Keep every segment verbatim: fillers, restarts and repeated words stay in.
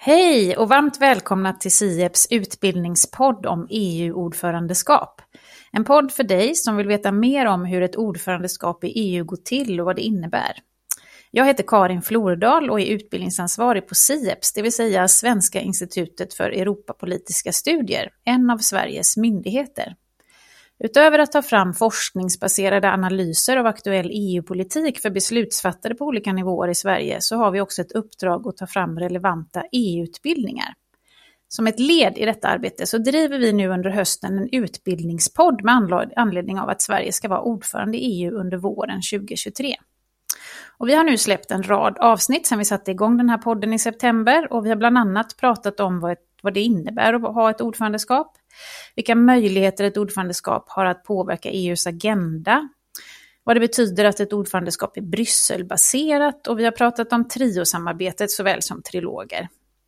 Hej och varmt välkomna till SIEPs utbildningspodd om E U-ordförandeskap. En podd för dig som vill veta mer om hur ett ordförandeskap i E U går till och vad det innebär. Jag heter Karin Flordal och är utbildningsansvarig på SIEPS, det vill säga Svenska institutet för Europapolitiska studier, en av Sveriges myndigheter. Utöver att ta fram forskningsbaserade analyser av aktuell E U-politik för beslutsfattare på olika nivåer i Sverige så har vi också ett uppdrag att ta fram relevanta E U-utbildningar. Som ett led i detta arbete så driver vi nu under hösten en utbildningspodd med anledning av att Sverige ska vara ordförande i E U under våren tjugohundratjugotre. Och vi har nu släppt en rad avsnitt sedan vi satte igång den här podden i september och vi har bland annat pratat om vad, ett, vad det innebär att ha ett ordförandeskap, vilka möjligheter ett ordförandeskap har att påverka E U:s agenda, vad det betyder att ett ordförandeskap är Brysselbaserat och vi har pratat om triosamarbetet såväl som triloger.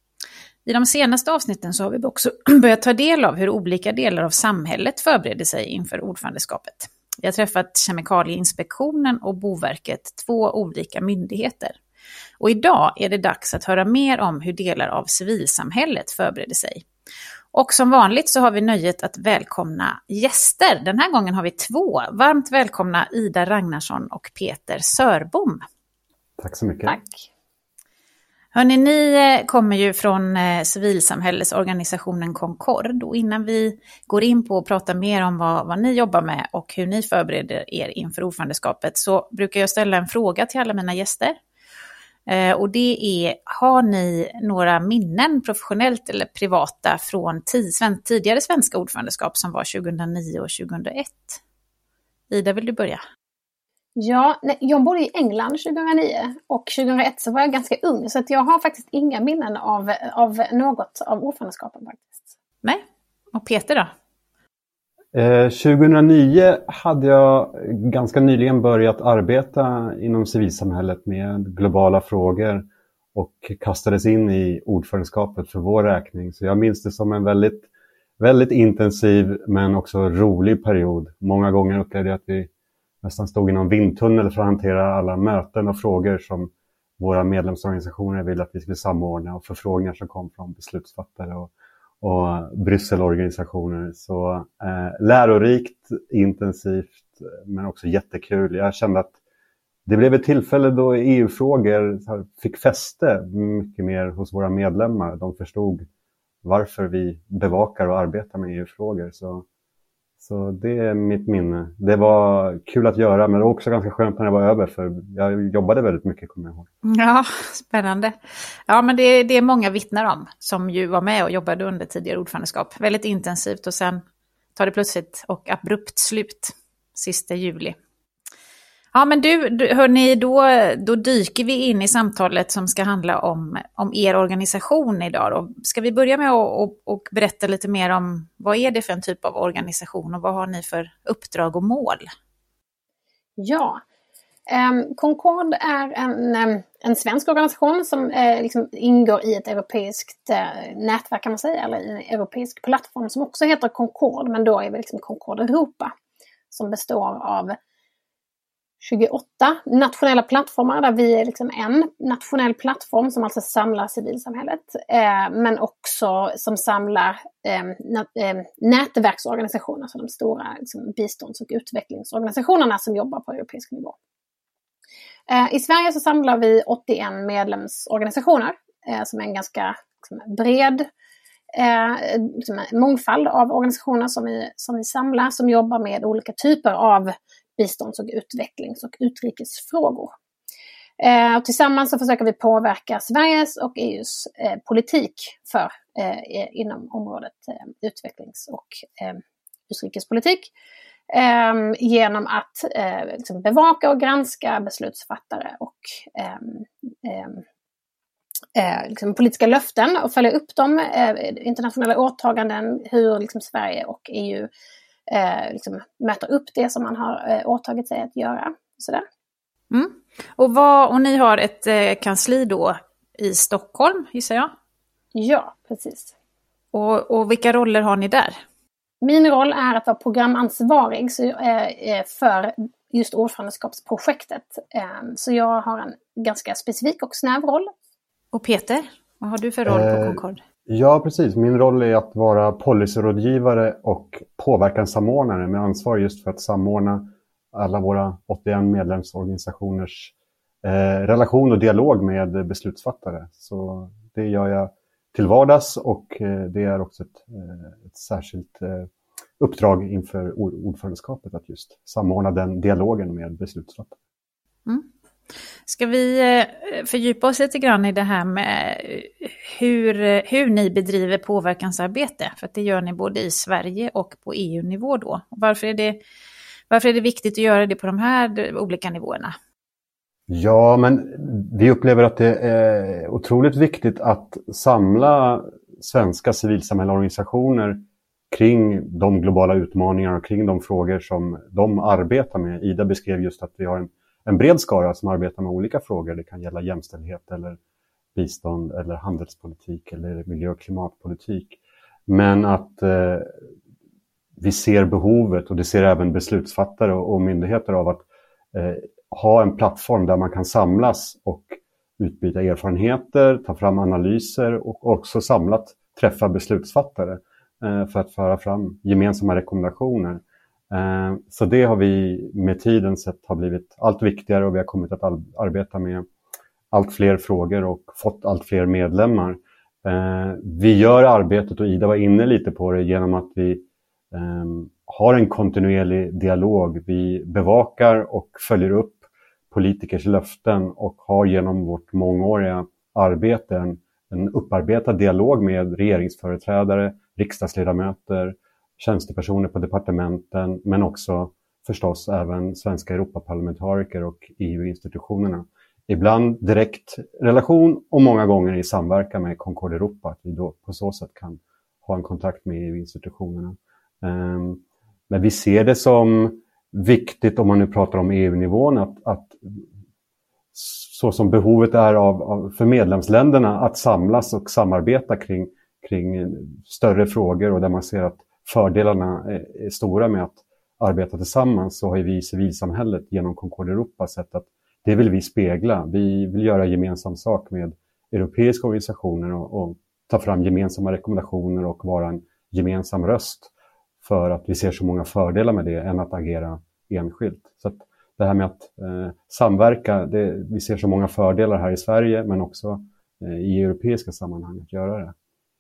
I de senaste avsnitten så har vi också börjat ta del av hur olika delar av samhället förbereder sig inför ordförandeskapet. Vi har träffat Kemikalieinspektionen och Boverket, två olika myndigheter. Och idag är det dags att höra mer om hur delar av civilsamhället förbereder sig. Och som vanligt så har vi nöjet att välkomna gäster. Den här gången har vi två. Varmt välkomna Ida Ragnarsson och Peter Sörbom. Tack så mycket. Tack. Hörrni, ni kommer ju från civilsamhällesorganisationen Concord och innan vi går in på att prata mer om vad, vad ni jobbar med och hur ni förbereder er inför ordförandeskapet så brukar jag ställa en fråga till alla mina gäster. Eh, och det är, har ni några minnen professionellt eller privata från tid, tidigare svenska ordförandeskap som var tjugohundranio och tjugohundraett? Ida, vill du börja? Ja, nej, jag bodde i England tjugohundranio och tjugohundraett så var jag ganska ung så att jag har faktiskt inga minnen av, av något av ordförandeskapen faktiskt. Nej, och Peter då? Eh, tjugohundranio hade jag ganska nyligen börjat arbeta inom civilsamhället med globala frågor och kastades in i ordförandeskapet för vår räkning. Så jag minns det som en väldigt, väldigt intensiv men också rolig period. Många gånger upplevde jag att vi nästan stod i någon vindtunnel för att hantera alla möten och frågor som våra medlemsorganisationer ville att vi skulle samordna och förfrågningar som kom från beslutsfattare och, och Brysselorganisationer. Så eh, lärorikt, intensivt men också jättekul. Jag kände att det blev ett tillfälle då E U-frågor fick fäste mycket mer hos våra medlemmar. De förstod varför vi bevakar och arbetar med E U-frågor. Så Så det är mitt minne. Det var kul att göra men det var också ganska skönt när det var över för jag jobbade väldigt mycket, kommer jag ihåg. Ja, spännande. Ja, men det, det är många vittnar om som ju var med och jobbade under tidigare ordförandeskap. Väldigt intensivt och sen tar det plötsligt och abrupt slut sista juli. Ja, men du, du hörni, då, då dyker vi in i samtalet som ska handla om, om er organisation idag. Då. Ska vi börja med att och, och berätta lite mer om vad är det för en typ av organisation och vad har ni för uppdrag och mål? Ja, um, Concord är en, um, en svensk organisation som uh, liksom ingår i ett europeiskt uh, nätverk kan man säga, eller i en europeisk plattform som också heter Concord, men då är det liksom Concord Europa som består av tjugoåtta nationella plattformar där vi är liksom en nationell plattform som alltså samlar civilsamhället eh, men också som samlar eh, nät, eh, nätverksorganisationer, så de stora liksom, bistånds- och utvecklingsorganisationerna som jobbar på europeisk nivå. Eh, I Sverige så samlar vi åttioen medlemsorganisationer eh, som är en ganska liksom, bred eh, liksom, mångfald av organisationer som vi, som vi samlar som jobbar med olika typer av bistånds- och utvecklings- och utrikesfrågor. Eh, och tillsammans så försöker vi påverka Sveriges och E U:s eh, politik för, eh, inom området eh, utvecklings- och eh, utrikespolitik eh, genom att eh, liksom bevaka och granska beslutsfattare och eh, eh, eh, liksom politiska löften och följa upp dem, eh, internationella åtaganden, hur liksom Sverige och E U Eh, liksom möter upp det som man har eh, åtagit sig att göra. Sådär. Mm. Och, vad, och ni har ett eh, kansli då i Stockholm, gissar jag? Ja, precis. Och, och vilka roller har ni där? Min roll är att vara programansvarig så, eh, för just ordförandeskapsprojektet. Eh, så jag har en ganska specifik och snäv roll. Och Peter, Vad har du för roll på Concord? Eh, ja, precis. Min roll är att vara policyrådgivare och påverkanssamordnare med ansvar just för att samordna alla våra åttioen medlemsorganisationers eh, relation och dialog med beslutsfattare. Så det gör jag till vardags, och eh, det är också ett, eh, ett särskilt eh, uppdrag inför ordförandeskapet att just samordna den dialogen med beslutsfattare. Mm. Ska vi fördjupa oss lite grann i det här med hur, hur ni bedriver påverkansarbete? För att det gör ni både i Sverige och på E U-nivå då. Varför är det, varför är det viktigt att göra det på de här olika nivåerna? Ja, men vi upplever att det är otroligt viktigt att samla svenska civilsamhällesorganisationer kring de globala utmaningar och kring de frågor som de arbetar med. Ida beskrev just att vi har en En bred skara som arbetar med olika frågor. Det kan gälla jämställdhet eller bistånd eller handelspolitik eller miljö- och klimatpolitik. Men att eh, vi ser behovet, och det ser även beslutsfattare och, och myndigheter, av att eh, ha en plattform där man kan samlas och utbyta erfarenheter, ta fram analyser och också samlat träffa beslutsfattare eh, för att föra fram gemensamma rekommendationer. Så det har vi med tiden sett har blivit allt viktigare, och vi har kommit att arbeta med allt fler frågor och fått allt fler medlemmar. Vi gör arbetet, och Ida var inne lite på det, genom att vi har en kontinuerlig dialog. Vi bevakar och följer upp politikers löften och har genom vårt mångåriga arbete en, en upparbetad dialog med regeringsföreträdare, riksdagsledamöter, tjänstepersoner på departementen, men också förstås även svenska Europaparlamentariker och E U-institutionerna. Ibland direkt relation och många gånger i samverkan med Concord Europa, att vi då på så sätt kan ha en kontakt med E U-institutionerna. Men vi ser det som viktigt, om man nu pratar om E U-nivån, att, att så som behovet är av, av för medlemsländerna att samlas och samarbeta kring, kring större frågor, och där man ser att fördelarna är stora med att arbeta tillsammans, så har vi i civilsamhället genom Concord Europa sett att det vill vi spegla. Vi vill göra gemensam sak med europeiska organisationer och, och ta fram gemensamma rekommendationer och vara en gemensam röst, för att vi ser så många fördelar med det än att agera enskilt. Så att det här med att eh, samverka, det, vi ser så många fördelar här i Sverige, men också eh, i europeiska sammanhang att göra det.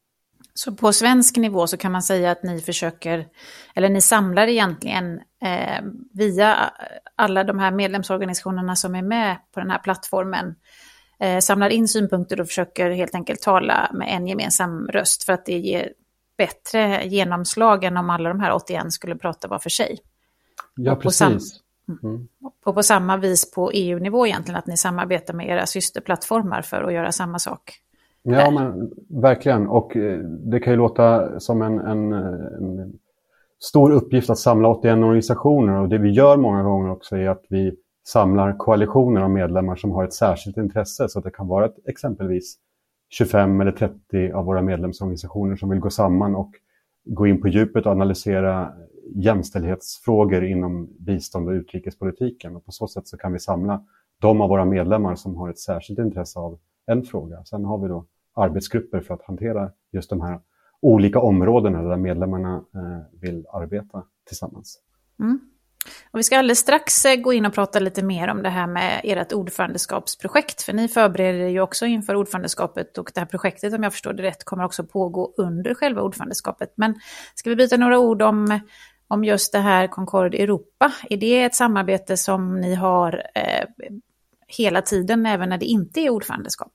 Så på svensk nivå så kan man säga att ni försöker, eller ni samlar egentligen eh, via alla de här medlemsorganisationerna som är med på den här plattformen, eh, samlar in synpunkter och försöker helt enkelt tala med en gemensam röst, för att det ger bättre genomslag än om alla de här åttioen skulle prata var för sig. Ja, och precis. På sam- mm. Och på samma vis på E U-nivå egentligen, att ni samarbetar med era systerplattformar för att göra samma sak. Ja, men verkligen. Och det kan ju låta som en, en, en stor uppgift att samla åttioen organisationer. Och det vi gör många gånger också är att vi samlar koalitioner av medlemmar som har ett särskilt intresse. Så att det kan vara ett, exempelvis tjugofem eller trettio av våra medlemsorganisationer som vill gå samman och gå in på djupet och analysera jämställdhetsfrågor inom bistånd och utrikespolitiken. Och på så sätt så kan vi samla de av våra medlemmar som har ett särskilt intresse av en fråga. Sen har vi då arbetsgrupper för att hantera just de här olika områdena där medlemmarna eh, vill arbeta tillsammans. Mm. Och vi ska alldeles strax gå in och prata lite mer om det här med ert ordförandeskapsprojekt. För ni förbereder ju också inför ordförandeskapet, och det här projektet, om jag förstår det rätt, kommer också pågå under själva ordförandeskapet. Men ska vi byta några ord om, om just det här Concord Europa? Är det ett samarbete som ni har eh, hela tiden, även när det inte är ordförandeskap?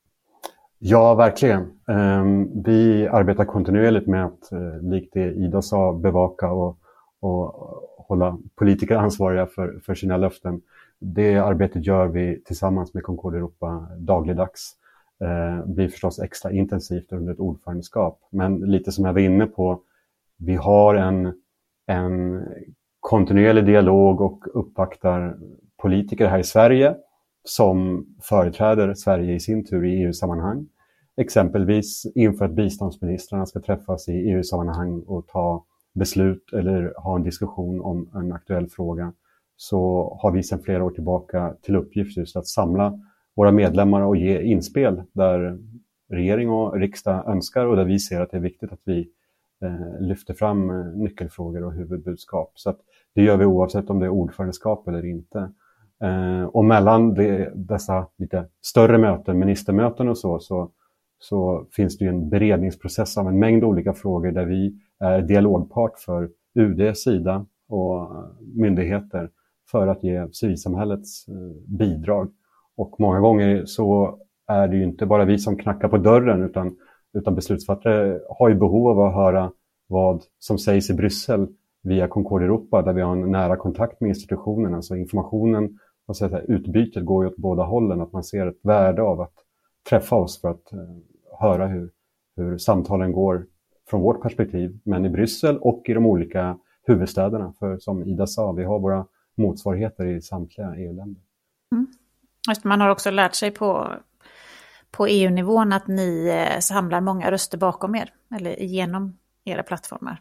Ja, verkligen. Vi arbetar kontinuerligt med att, likt det Ida sa, bevaka och, och hålla politiker ansvariga för, för sina löften. Det arbetet gör vi tillsammans med Concord Europa dagligdags. Det blir förstås extra intensivt under ett ordförandeskap. Men lite som jag var inne på, vi har en, en kontinuerlig dialog och uppvaktar politiker här i Sverige som företräder Sverige i sin tur i E U-sammanhang. Exempelvis inför att biståndsministrarna ska träffas i E U-sammanhang och ta beslut eller ha en diskussion om en aktuell fråga, så har vi sedan flera år tillbaka till uppgift just att samla våra medlemmar och ge inspel där regering och riksdag önskar och där vi ser att det är viktigt att vi eh, lyfter fram eh, nyckelfrågor och huvudbudskap. Så att det gör vi oavsett om det är ordförandeskap eller inte. Eh, och mellan det, dessa lite större möten, ministermöten och så, så, så finns det ju en beredningsprocess av en mängd olika frågor där vi är dialogpart för U D:s sida och myndigheter för att ge civilsamhällets eh, bidrag. Och många gånger så är det ju inte bara vi som knackar på dörren utan, utan beslutsfattare har ju behov av att höra vad som sägs i Bryssel via Concord Europa där vi har en nära kontakt med institutionerna. Så informationen och så att säga, utbytet går ju åt båda hållen. Att man ser ett värde av att träffa oss för att eh, höra hur, hur samtalen går från vårt perspektiv. Men i Bryssel och i de olika huvudstäderna. För som Ida sa, vi har våra motsvarigheter i samtliga E U-länder. Mm. Man har också lärt sig på, på E U-nivån att ni eh, samlar många röster bakom er. Eller genom era plattformar.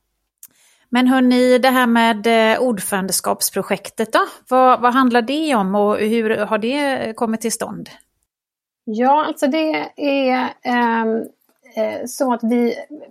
Men hörni, det här med ordförandeskapsprojektet då? Vad, vad handlar det om och hur har det kommit till stånd? Ja, alltså det är eh, så att vi...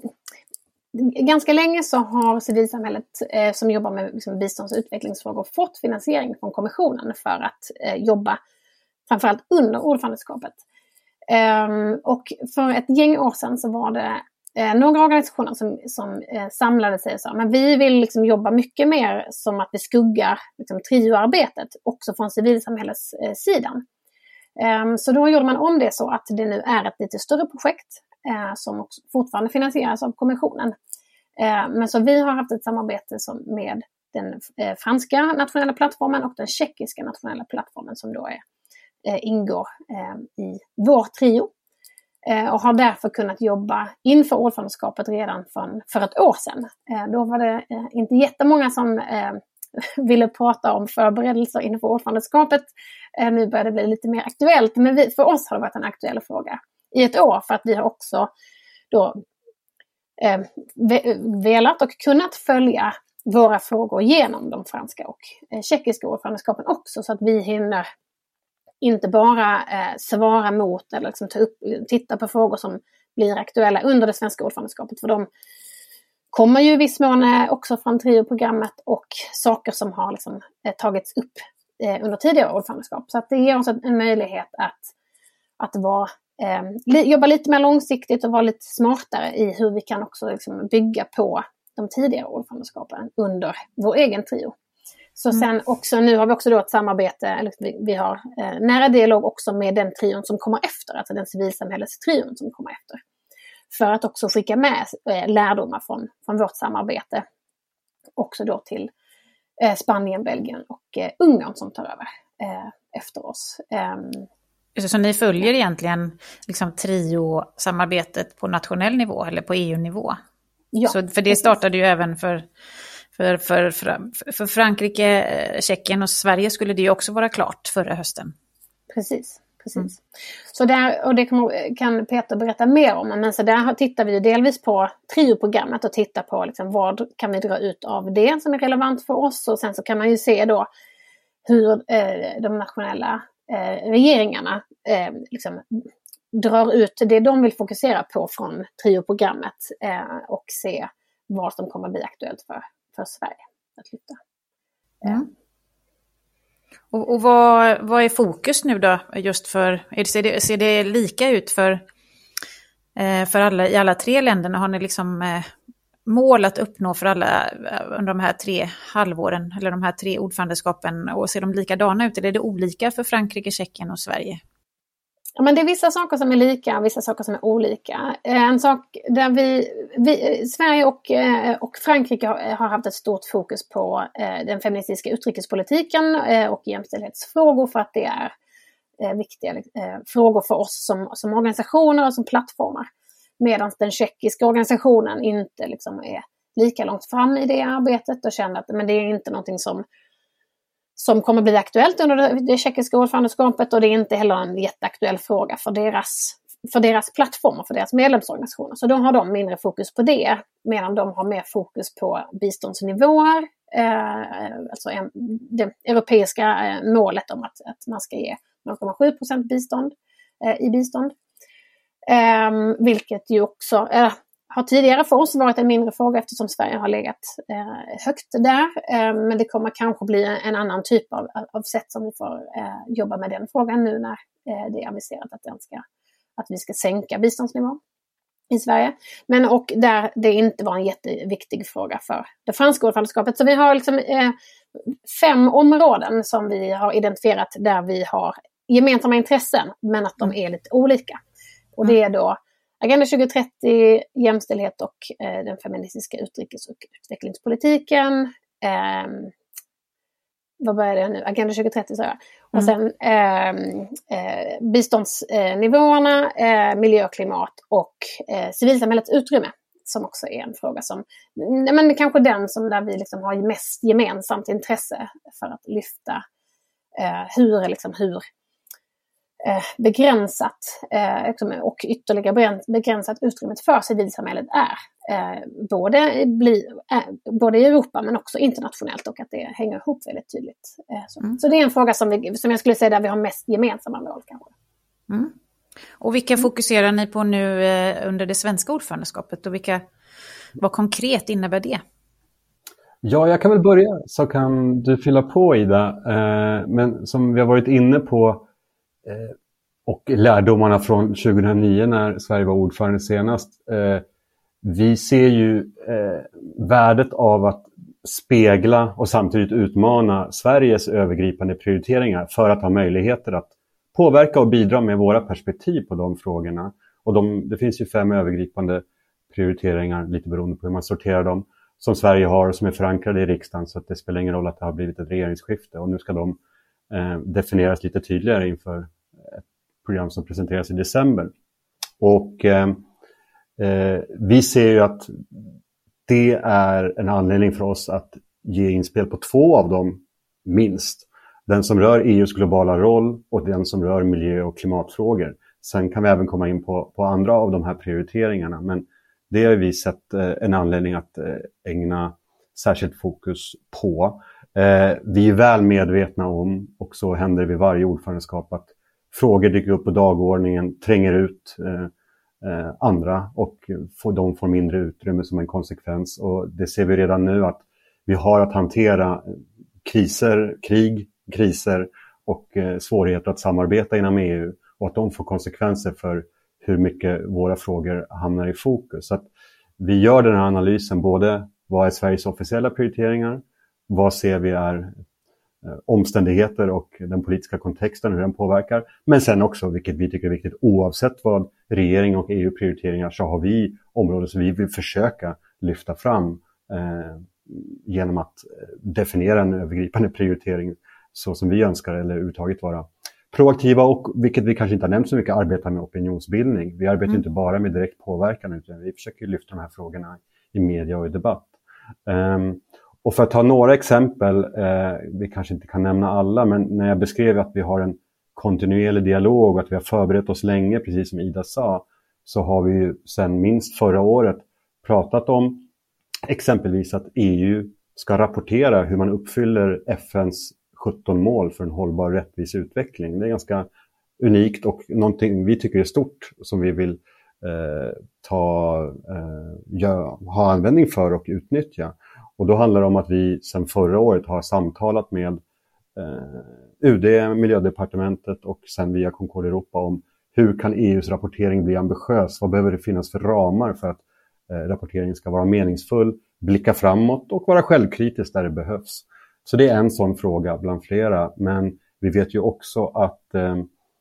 Ganska länge så har civilsamhället eh, som jobbar med liksom, bistånds- och utvecklingsfrågor fått finansiering från kommissionen för att eh, jobba framförallt under ordförandeskapet. Eh, och för ett gäng år sedan så var det eh, några organisationer som, som eh, samlade sig och sa men vi vill liksom, jobba mycket mer som att vi skuggar liksom, trioarbetet också från civilsamhällets eh, sidan. Eh, så då gjorde man om det så att det nu är ett lite större projekt eh, som också fortfarande finansieras av kommissionen. Men så vi har haft ett samarbete som med den franska nationella plattformen och den tjeckiska nationella plattformen som då är, ingår i vår trio. Och har därför kunnat jobba inför ordförandeskapet redan för, för ett år sedan. Då var det inte jättemånga som ville prata om förberedelser inför ordförandeskapet. Nu börjar det bli lite mer aktuellt, men vi, för oss har det varit en aktuell fråga i ett år för att vi har också då Eh, velat och kunnat följa våra frågor genom de franska och eh, tjeckiska ordförandeskapen också så att vi hinner inte bara eh, svara mot eller liksom ta upp, titta på frågor som blir aktuella under det svenska ordförandeskapet för de kommer ju i viss mån också från trioprogrammet och saker som har liksom, eh, tagits upp eh, under tidigare ordförandeskap så att det ger oss en möjlighet att, att vara Eh, jobba lite mer långsiktigt och vara lite smartare i hur vi kan också liksom bygga på de tidigare ordförandeskapen under vår egen trio. Så mm. sen också, nu har vi också då ett samarbete, eller vi, vi har eh, nära dialog också med den trion som kommer efter, alltså den civilsamhällestrion som kommer efter. För att också skicka med eh, lärdomar från, från vårt samarbete också då till eh, Spanien, Belgien och eh, Ungern som tar över eh, efter oss. Eh, Så ni följer egentligen liksom trio-samarbetet på nationell nivå eller på E U-nivå? Ja. Så för det startade ju även för, för, för, för, för Frankrike, Tjeckien och Sverige skulle det ju också vara klart förra hösten. Precis, precis. Mm. Så där, och det kan, kan Peter berätta mer om, men så där tittar vi ju delvis på trio-programmet och tittar på liksom vad kan vi dra ut av det som är relevant för oss och sen så kan man ju se då hur eh, de nationella Eh, regeringarna eh, liksom drar ut det de vill fokusera på från trioprogrammet eh, och se vad som kommer bli aktuellt för, för Sverige att lyfta. Mm. Och, och vad, vad är fokus nu då just för, ser det, ser det lika ut för, eh, för alla i alla tre länderna? Har ni liksom eh, mål att uppnå för alla under de här tre halvåren eller de här tre ordförandeskapen och ser de likadana ut eller är det olika för Frankrike, Tjeckien och Sverige? Ja, men det är vissa saker som är lika och vissa saker som är olika. En sak där vi, vi Sverige och, och Frankrike har, har haft ett stort fokus på den feministiska utrikespolitiken och jämställdhetsfrågor för att det är viktiga frågor för oss som, som organisationer och som plattformar. Medan den tjeckiska organisationen inte liksom är lika långt fram i det arbetet och känner att men det är inte någonting som, som kommer bli aktuellt under det, det tjeckiska ordförandeskapet och det är inte heller en jätteaktuell fråga för deras, för deras plattformar, för deras medlemsorganisationer. Så då har de mindre fokus på det medan de har mer fokus på biståndsnivåer, eh, alltså en, det europeiska eh, målet om att, att man ska ge noll komma sju procent bistånd eh, i bistånd. Eh, vilket ju också eh, har tidigare för oss varit en mindre fråga eftersom Sverige har legat eh, högt där. Eh, men det kommer kanske bli en annan typ av, av sätt som vi får eh, jobba med den frågan nu när eh, det är aviserat att, den ska, att vi ska sänka biståndsnivån i Sverige. Men och där det inte var en jätteviktig fråga för det franska ordförandeskapet. Så vi har liksom eh, fem områden som vi har identifierat där vi har gemensamma intressen men att de är lite olika. Och det är då Agenda tjugo trettio, jämställdhet och eh, den feministiska utrikes- och utvecklingspolitiken. Eh, vad börjar det nu? Agenda tjugo trettio sa jag. Och sen eh, eh, biståndsnivåerna, eh, miljö och klimat och eh, civilsamhällets utrymme. Som också är en fråga som, nej, men kanske den som där vi liksom har mest gemensamt intresse för att lyfta eh, hur, liksom, hur eh, begränsat eh, och ytterligare begränsat utrymmet för civilsamhället är. Eh, både, bli, eh, både i Europa men också internationellt, och att det hänger ihop väldigt tydligt. Eh, så. Mm. så det är en fråga som, vi, som jag skulle säga där vi har mest gemensamma mål kanske. Mm. Och vilka fokuserar ni på nu eh, under det svenska ordförandeskapet och vilka, vad konkret innebär det? Ja, jag kan väl börja så kan du fylla på, Ida. Eh, men som vi har varit inne på eh, och lärdomarna från tjugohundranio när Sverige var ordförande senast. Eh, vi ser ju eh, värdet av att spegla och samtidigt utmana Sveriges övergripande prioriteringar för att ha möjligheter att påverka och bidra med våra perspektiv på de frågorna. Och de, det finns ju fem övergripande prioriteringar, lite beroende på hur man sorterar dem, som Sverige har och som är förankrade i riksdagen, så att det spelar ingen roll att det har blivit ett regeringsskifte. Och nu ska de eh, definieras lite tydligare inför ett program som presenteras i december. Och eh, eh, vi ser ju att det är en anledning för oss att ge inspel på två av dem minst. Den som rör E U:s globala roll och den som rör miljö- och klimatfrågor. Sen kan vi även komma in på, på andra av de här prioriteringarna. Men det har vi sett eh, en anledning att eh, ägna särskilt fokus på. Eh, vi är väl medvetna om, och så händer det vid varje ordförandeskap, att frågor dyker upp på dagordningen, tränger ut eh, eh, andra och får, de får mindre utrymme som en konsekvens. Och det ser vi redan nu att vi har att hantera kriser, krig, kriser och eh, svårigheter att samarbeta inom E U, och att de får konsekvenser för hur mycket våra frågor hamnar i fokus. Så att vi gör den här analysen, både vad är Sveriges officiella prioriteringar, vad ser vi är eh, omständigheter och den politiska kontexten, hur den påverkar, men sen också, vilket vi tycker är viktigt, oavsett vad regering och E U prioriteringar, så har vi områden som vi vill försöka lyfta fram eh, genom att definiera en övergripande prioritering så som vi önskar, eller överhuvudtaget vara proaktiva och, vilket vi kanske inte har nämnt så mycket, arbeta med opinionsbildning. Vi arbetar mm. inte bara med direkt påverkan, utan vi försöker lyfta de här frågorna i media och i debatt. Um, och för att ta några exempel, uh, vi kanske inte kan nämna alla, men när jag beskrev att vi har en kontinuerlig dialog och att vi har förberett oss länge, precis som Ida sa, så har vi ju sedan minst förra året pratat om exempelvis att E U ska rapportera hur man uppfyller F N:s sjutton mål för en hållbar rättvis utveckling. Det är ganska unikt och någonting vi tycker är stort som vi vill eh, ta, eh, gör, ha användning för och utnyttja. Och då handlar det om att vi sedan förra året har samtalat med eh, U D, Miljödepartementet och sen via Concord Europa om hur kan E U:s rapportering bli ambitiös? Vad behöver det finnas för ramar för att eh, rapporteringen ska vara meningsfull, blicka framåt och vara självkritisk där det behövs? Så det är en sån fråga bland flera, men vi vet ju också att eh,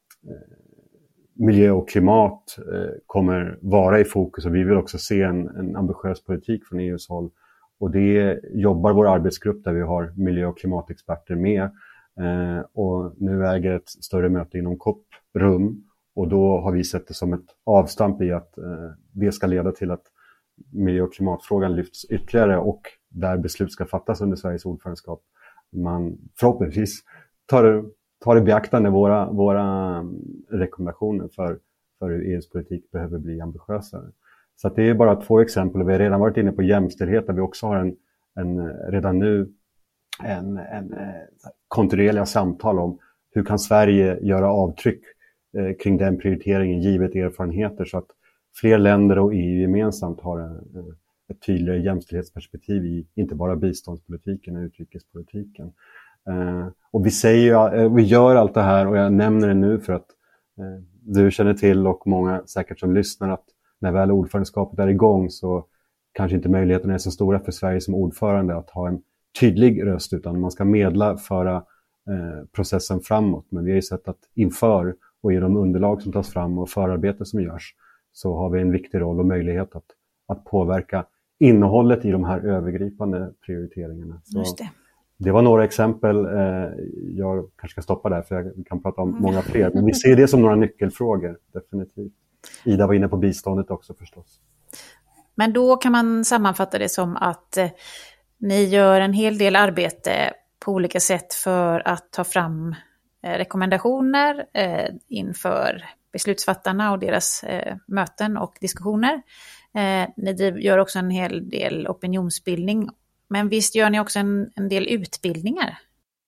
miljö och klimat eh, kommer vara i fokus, och vi vill också se en, en ambitiös politik från E U:s håll. Och det jobbar vår arbetsgrupp där vi har miljö- och klimatexperter med. Eh, och nu äger ett större möte inom C O P-rum, och då har vi sett det som ett avstamp i att eh, det ska leda till att miljö- och klimatfrågan lyfts ytterligare, och där beslut ska fattas under Sveriges ordförandeskap. Man förhoppningsvis tar, tar i beaktande våra, våra rekommendationer för, för hur E U:s politik behöver bli ambitiösare. Så att det är bara två exempel. Vi har redan varit inne på jämställdhet, där vi också har en, en, redan nu en, en, en kontinuerliga samtal om hur kan Sverige göra avtryck eh, kring den prioriteringen givet erfarenheter så att fler länder och E U gemensamt har en, ett tydligare jämställdhetsperspektiv i inte bara biståndspolitiken och utrikespolitiken. Eh, och vi säger ju, vi gör allt det här och jag nämner det nu för att eh, du känner till och många säkert som lyssnar att när väl ordförandeskapet är igång så kanske inte möjligheterna är så stora för Sverige som ordförande att ha en tydlig röst utan man ska medla föra eh, processen framåt. Men vi har ju sett att inför och i de underlag som tas fram och förarbete som görs så har vi en viktig roll och möjlighet att, att påverka innehållet i de här övergripande prioriteringarna. Så Just det. Det var några exempel. Eh, jag kanske ska stoppa där för jag kan prata om många fler. Men vi ser det som några nyckelfrågor, definitivt. Ida var inne på biståndet också förstås. Men då kan man sammanfatta det som att eh, ni gör en hel del arbete på olika sätt för att ta fram eh, rekommendationer eh, inför beslutsfattarna och deras eh, möten och diskussioner. Eh, ni driv, gör också en hel del opinionsbildning. Men visst gör ni också en, en del utbildningar?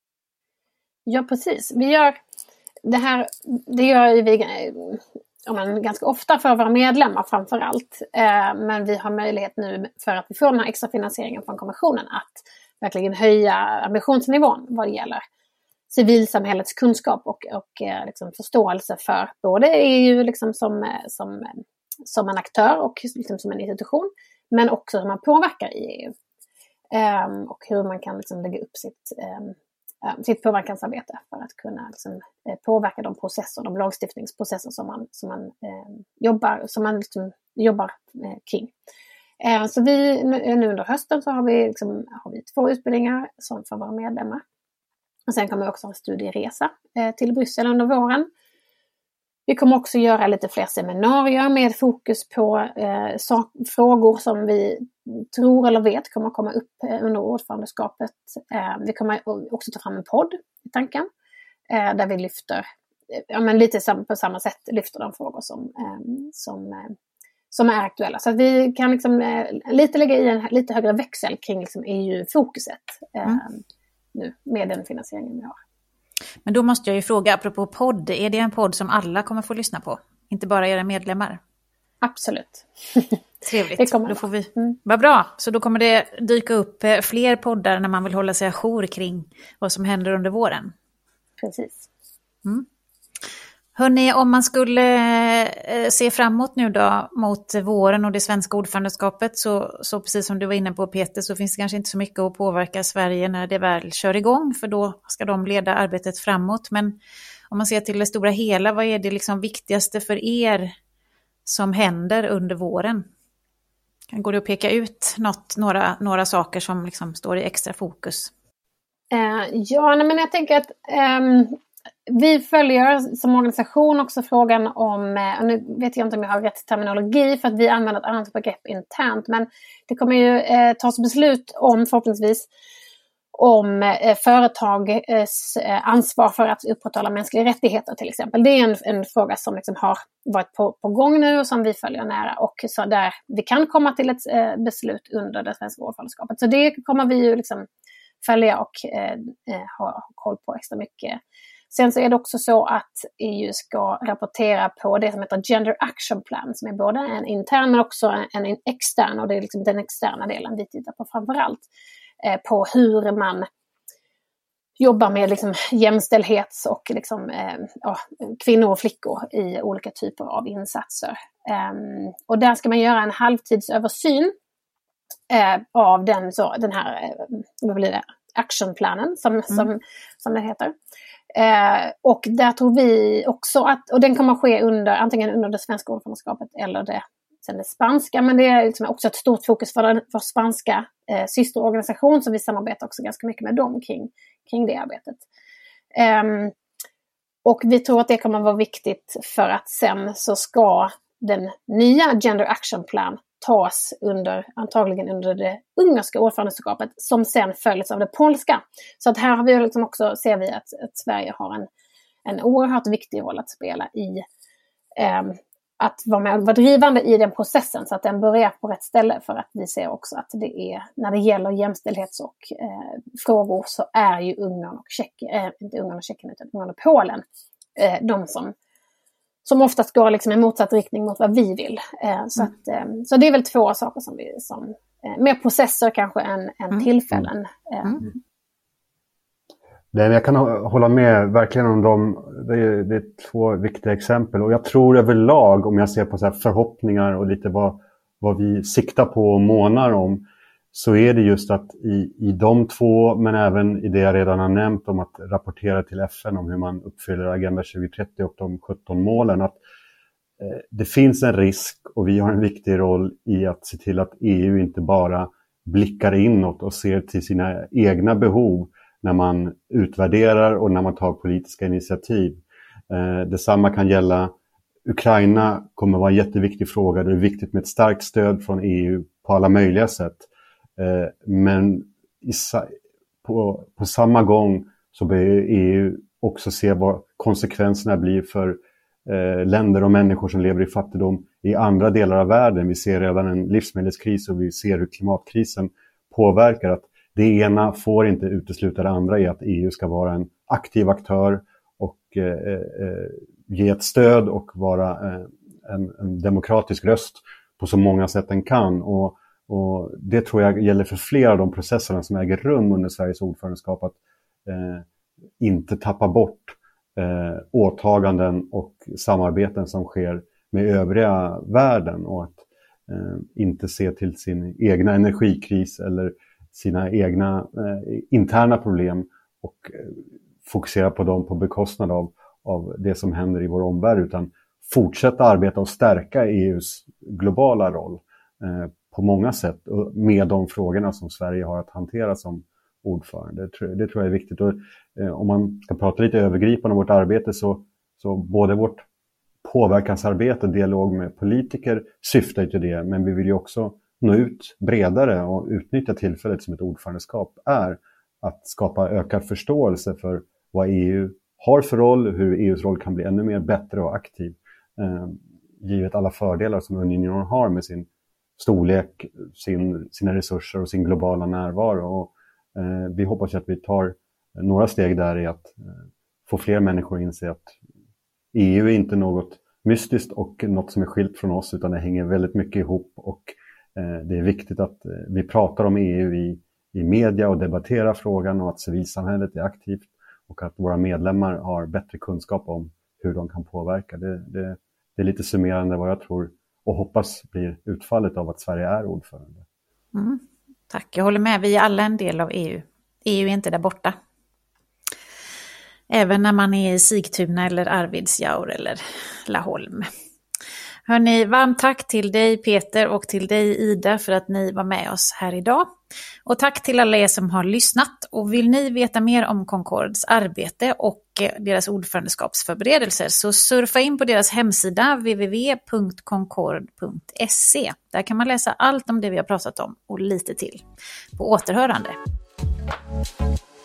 Ja, precis. Vi gör det här, det gör vi ja, men ganska ofta för våra medlemmar framför allt. Eh, men vi har möjlighet nu för att vi får den här extra finansieringen från kommissionen att verkligen höja ambitionsnivån vad det gäller civilsamhällets kunskap och, och eh, liksom förståelse för både E U liksom som, som, som en aktör och liksom som en institution, men också hur man påverkar i E U. Um, och hur man kan liksom lägga upp sitt, um, sitt påverkansarbete för att kunna liksom, uh, påverka de processer, de lagstiftningsprocesser som man, som man, uh, jobbar, som man liksom, jobbar uh, kring. Uh, så vi, nu, nu under hösten så har vi, liksom, har vi två utbildningar som för våra medlemmar. Och sen kommer vi också ha en studieresa uh, till Bryssel under våren. Vi kommer också göra lite fler seminarier med fokus på eh, sak- frågor som vi tror eller vet kommer komma upp eh, under ordförandeskapet. Eh, vi kommer också ta fram en podd i tanken eh, där vi lyfter, eh, ja, men lite sam- på samma sätt lyfter de frågor som, eh, som, eh, som är aktuella. Så att vi kan liksom, eh, lite lägga i en lite högre växel kring liksom, E U-fokuset eh, mm. nu med den finansieringen vi har. Men då måste jag ju fråga, apropå podd, är det en podd som alla kommer få lyssna på? Inte bara era medlemmar? Absolut. Trevligt. Det kommer. Då får vi... mm. Vad bra. Så då kommer det dyka upp fler poddar när man vill hålla sig ajour kring vad som händer under våren. Precis. Mm. Hörrni, om man skulle se framåt nu då mot våren och det svenska ordförandeskapet så, så precis som du var inne på Peter så finns det kanske inte så mycket att påverka Sverige när det väl kör igång för då ska de leda arbetet framåt. Men om man ser till det stora hela, vad är det liksom viktigaste för er som händer under våren? Går det att peka ut något, några, några saker som liksom står i extra fokus? Uh, ja, nej, men jag tänker att um... vi följer som organisation också frågan om, och nu vet jag inte om jag har rätt terminologi för att vi använder ett annat begrepp internt, men det kommer ju eh, tas beslut om förhoppningsvis om eh, företags eh, ansvar för att upprätthålla mänskliga rättigheter till exempel. Det är en, en fråga som liksom har varit på, på gång nu och som vi följer nära och så där vi kan komma till ett eh, beslut under det svenska ordförandeskapet. Så det kommer vi ju liksom följa och eh, ha koll på extra mycket. Sen så är det också så att E U ska rapportera på det som heter Gender Action Plan som är både en intern men också en, en extern och det är liksom den externa delen vi tittar på framförallt eh, på hur man jobbar med liksom jämställdhets och liksom, eh, ja, kvinnor och flickor i olika typer av insatser. Um, och där ska man göra en halvtidsöversyn eh, av den, så, den här eh, vad blir det, actionplanen som, mm. som, som det heter. Eh, och där tror vi också att, och den kommer att ske under, antingen under det svenska ordförandeskapet eller det, sen det spanska, men det är liksom också ett stort fokus för den för spanska eh, systerorganisation som vi samarbetar också ganska mycket med dem kring, kring det arbetet. Eh, och vi tror att det kommer att vara viktigt för att sen så ska den nya Gender Action Plan tas under, antagligen under det ungerska ordförandeskapet som sen följs av det polska. Så att här har vi liksom också, ser vi att, att Sverige har en, en oerhört viktig roll att spela i eh, att vara med och vara drivande i den processen så att den börjar på rätt ställe, för att vi ser också att det är, när det gäller jämställdhets- och eh, frågor så är ju Ungern och Tjeckien, eh, inte Ungern och Tjeckien utan Ungern och Polen eh, de som som oftast går liksom i motsatt riktning mot vad vi vill. Eh, så, Mm. att, eh, så det är väl två saker som vi, som, eh, mer processer kanske än, än Mm. tillfällen. Eh. Mm. Nej, jag kan hålla med verkligen om dem. Det är, det är två viktiga exempel. Och jag tror överlag, om jag ser på så här förhoppningar och lite vad, vad vi siktar på och månar om, så är det just att i, i de två, men även i det jag redan har nämnt om att rapportera till F N om hur man uppfyller Agenda tjugo trettio och de sjutton målen, att eh, det finns en risk och vi har en viktig roll i att se till att E U inte bara blickar inåt och ser till sina egna behov när man utvärderar och när man tar politiska initiativ. Eh, detsamma kan gälla Ukraina, kommer vara en jätteviktig fråga. Det är viktigt med ett starkt stöd från E U på alla möjliga sätt. Eh, men i, på, på samma gång så behöver E U också se vad konsekvenserna blir för eh, länder och människor som lever i fattigdom i andra delar av världen. Vi ser redan en livsmedelskris och vi ser hur klimatkrisen påverkar. Att det ena får inte utesluta det andra i att E U ska vara en aktiv aktör och eh, eh, ge ett stöd och vara eh, en, en demokratisk röst på så många sätt den kan. Och, och det tror jag gäller för flera av de processerna som äger rum under Sveriges ordförandeskap, att eh, inte tappa bort eh, åtaganden och samarbeten som sker med övriga världen, och att eh, inte se till sin egna energikris eller sina egna eh, interna problem och eh, fokusera på dem på bekostnad av, av det som händer i vår omvärld, utan fortsätta arbeta och stärka E U:s globala roll eh, på många sätt med de frågorna som Sverige har att hantera som ordförande. Det tror, det tror jag är viktigt. Och, eh, om man ska prata lite övergripande om vårt arbete, så, så både vårt påverkansarbete, dialog med politiker syftar till det, men vi vill ju också nå ut bredare och utnyttja tillfället som ett ordförandeskap är att skapa ökad förståelse för vad E U har för roll, hur E U:s roll kan bli ännu mer bättre och aktiv, eh, givet alla fördelar som unionen har med sin storlek, sin, sina resurser och sin globala närvaro. Och, eh, vi hoppas att vi tar några steg där i att eh, få fler människor att inse att E U är inte något mystiskt och något som är skilt från oss, utan det hänger väldigt mycket ihop, och eh, det är viktigt att eh, vi pratar om E U i, i media och debatterar frågan, och att civilsamhället är aktivt och att våra medlemmar har bättre kunskap om hur de kan påverka. Det, det, det är lite summerande vad jag tror och hoppas blir utfallet av att Sverige är ordförande. Mm, tack, jag håller med. Vi är alla en del av E U. E U är inte där borta. Även när man är i Sigtuna eller Arvidsjaur eller Laholm. Hörrni, varmt tack till dig Peter och till dig Ida för att ni var med oss här idag. Och tack till alla er som har lyssnat. Och vill ni veta mer om Concords arbete och deras ordförandeskapsförberedelser, så surfa in på deras hemsida w w w punkt concord punkt se. Där kan man läsa allt om det vi har pratat om och lite till. På återhörande.